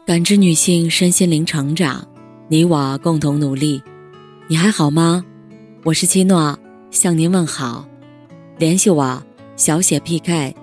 感知女性身心灵成长，你我共同努力。你还好吗？我是七诺，向您问好。联系我小写 PK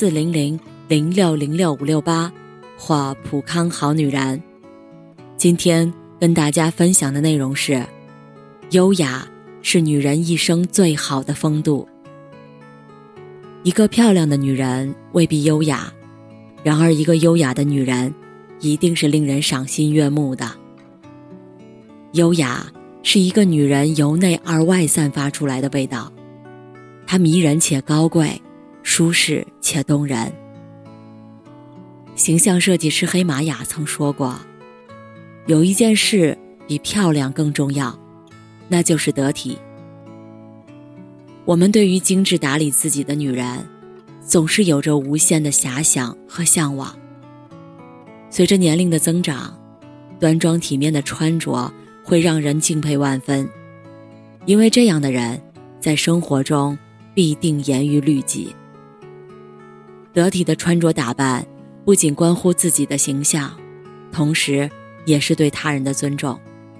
400060658或普康好女人。今天跟大家分享的内容是：优雅是女人一生最好的风度。一个漂亮的女人未必优雅，然而一个优雅的女人一定是令人赏心悦目的。优雅是一个女人由内而外散发出来的味道，它迷人且高贵，舒适且动人。形象设计师黑玛雅曾说过，有一件事比漂亮更重要，那就是得体。我们对于精致打理自己的女人，总是有着无限的遐想和向往。随着年龄的增长，端庄体面的穿着会让人敬佩万分，因为这样的人在生活中必定严于律己。得体的穿着打扮不仅关乎自己的形象，同时也是对他人的尊重。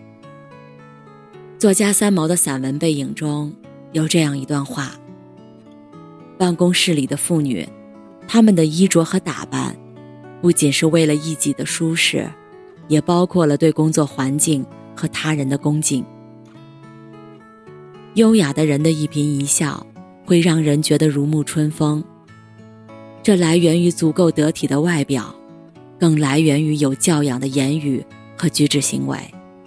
作家三毛的散文《背影》中有这样一段话：办公室里的妇女，她们的衣着和打扮不仅是为了一己的舒适，也包括了对工作环境和他人的恭敬。优雅的人的一颦一笑会让人觉得如沐春风，这来源于足够得体的外表，更来源于有教养的言语和举止行为。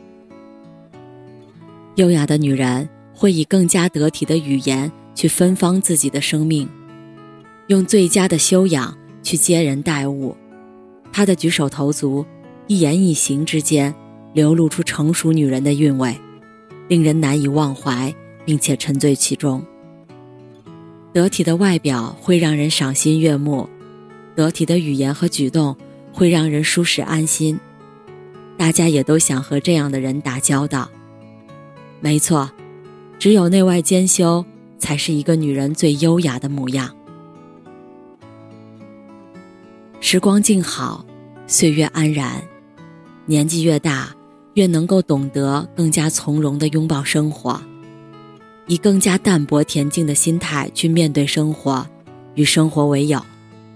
优雅的女人会以更加得体的语言去芬芳自己的生命，用最佳的修养去接人待物。她的举手投足，一言一行之间流露出成熟女人的韵味，令人难以忘怀，并且沉醉其中。得体的外表会让人赏心悦目，得体的语言和举动会让人舒适安心。大家也都想和这样的人打交道。没错，只有内外兼修，才是一个女人最优雅的模样。时光静好，岁月安然，年纪越大，越能够懂得更加从容地拥抱生活，以更加淡泊恬静的心态去面对生活，与生活为友。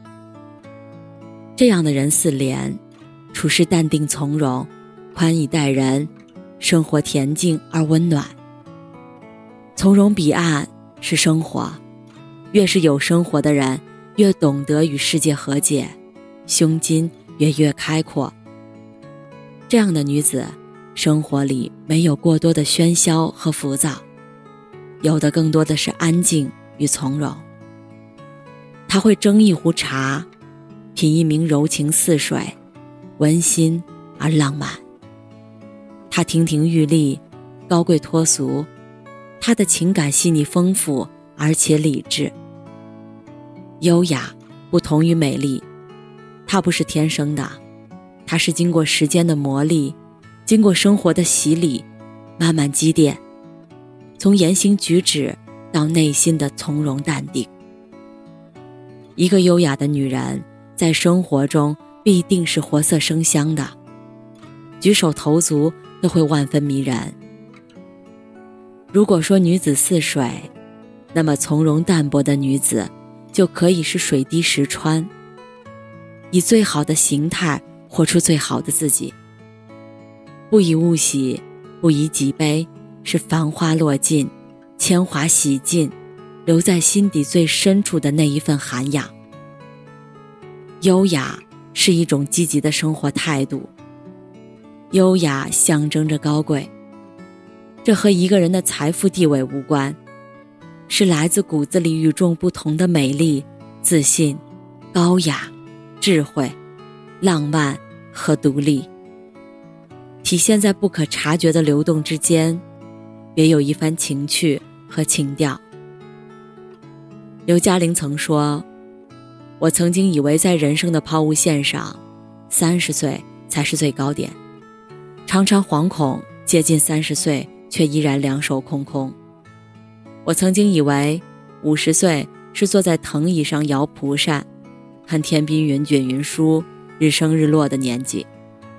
这样的人4连：处事淡定从容，宽以待人，生活恬静而温暖。从容彼岸是生活，越是有生活的人，越懂得与世界和解，胸襟也越开阔。这样的女子，生活里没有过多的喧嚣和浮躁，有的更多的是安静与从容。她会蒸一壶茶，品一名柔情似水，温馨而浪漫。她亭亭玉立，高贵脱俗，她的情感细腻丰富，而且理智。优雅不同于美丽，它不是天生的，它是经过时间的磨砺，经过生活的洗礼，慢慢积淀，从言行举止到内心的从容淡定。一个优雅的女人在生活中必定是活色生香的，举手投足都会万分迷人。如果说女子似水，那么从容淡泊的女子就可以是水滴石穿，以最好的形态活出最好的自己。不以物喜，不以己悲，是繁花落尽，铅华洗尽，留在心底最深处的那一份涵养。优雅是一种积极的生活态度，优雅象征着高贵，这和一个人的财富地位无关，是来自骨子里与众不同的美丽、自信、高雅、智慧、浪漫和独立，体现在不可察觉的流动之间，别有一番情趣和情调。刘嘉玲曾说，我曾经以为在人生的抛物线上，30岁才是最高点，常常惶恐接近30岁却依然两手空空。我曾经以为50岁是坐在藤椅上摇蒲扇，看天边云卷云舒，日升日落的年纪。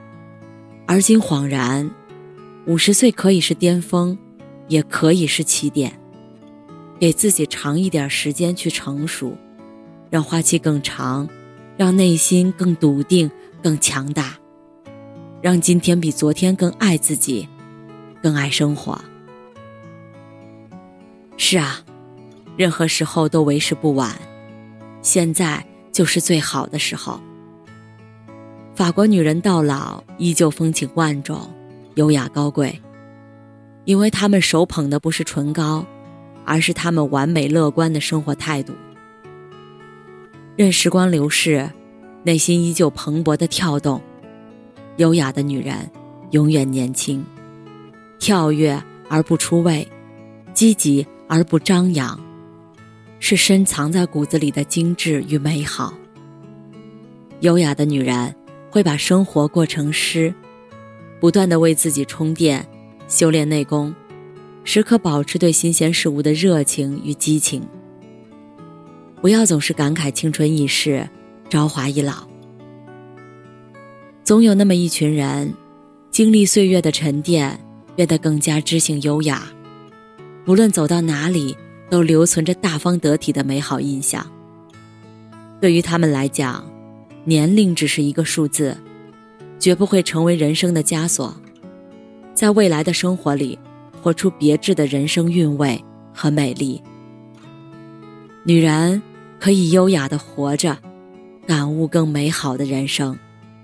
而今恍然，50岁可以是巅峰，也可以是起点。给自己长一点时间去成熟，让花期更长，让内心更笃定更强大，让今天比昨天更爱自己，更爱生活。是啊，任何时候都为时不晚，现在就是最好的时候。法国女人到老依旧风情万种，优雅高贵，因为她们手捧的不是唇膏，而是她们完美乐观的生活态度。任时光流逝，内心依旧蓬勃的跳动。优雅的女人永远年轻，跳跃而不出位，积极而不张扬，是深藏在骨子里的精致与美好。优雅的女人会把生活过成诗，不断地为自己充电，修炼内功，时刻保持对新鲜事物的热情与激情。不要总是感慨青春易逝，朝华易老。总有那么一群人，经历岁月的沉淀，变得更加知性优雅，无论走到哪里都留存着大方得体的美好印象。对于他们来讲，年龄只是一个数字，绝不会成为人生的枷锁。在未来的生活里，活出别致的人生韵味和美丽。女人可以优雅地活着，感悟更美好的人生。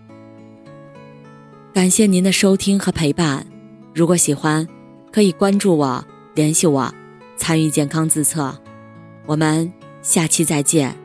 感谢您的收听和陪伴，如果喜欢，可以关注我，联系我，参与健康自测。我们下期再见。